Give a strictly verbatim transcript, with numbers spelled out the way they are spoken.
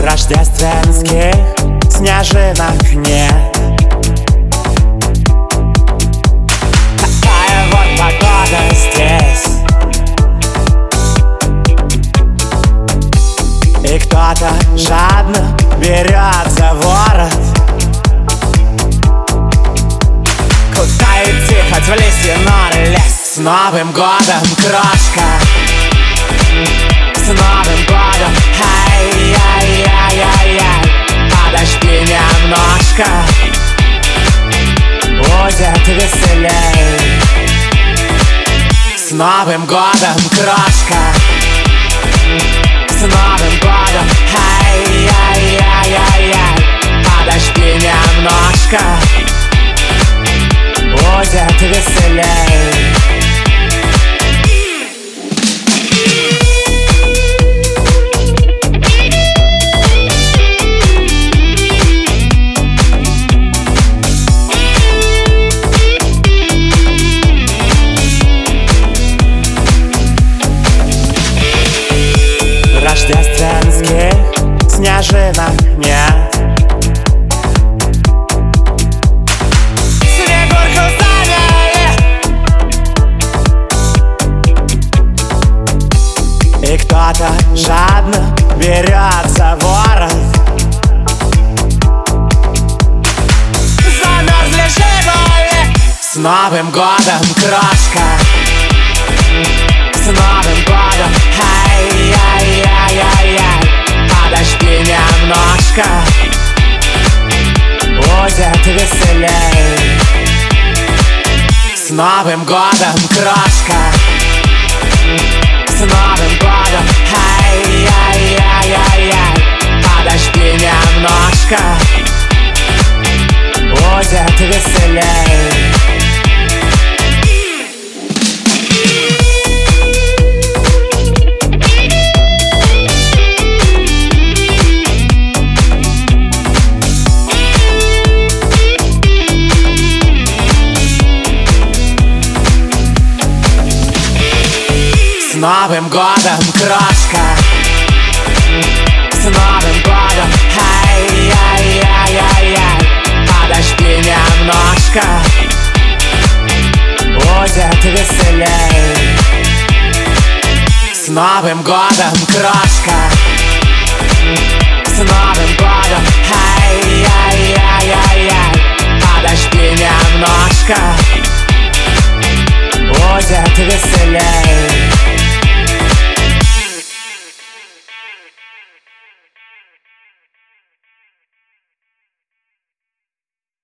Рождественских снежинок нет. Такая вот погода здесь. И кто-то жадно берет за ворот. Куда идти, хоть в лесной лес. С Новым годом, крошка! С Новым годом! Ай-яй-яй-яй-яй! Подожди немножко, будет веселей. С Новым годом, крошка! С Новым годом! Ай-яй-яй-яй-яй! Подожди немножко, будет веселей. Рождественских снежинок нет. Снегурку заняли, и кто-то жадно берет за ворот. Замерзли «Жигули». С Новым годом, крошка! С Новым годом! Ай-яй-яй-яй-яй! Подожди немножко, будет веселей. С Новым годом, крошка! С Новым годом! Ай-яй-яй-яй-яй! Подожди немножко, будет веселей. С Новым годом, крошка! С Новым годом! Ай-яй-яй-яй-яй! Подожди немножко, будет веселей. С Новым годом, крошка!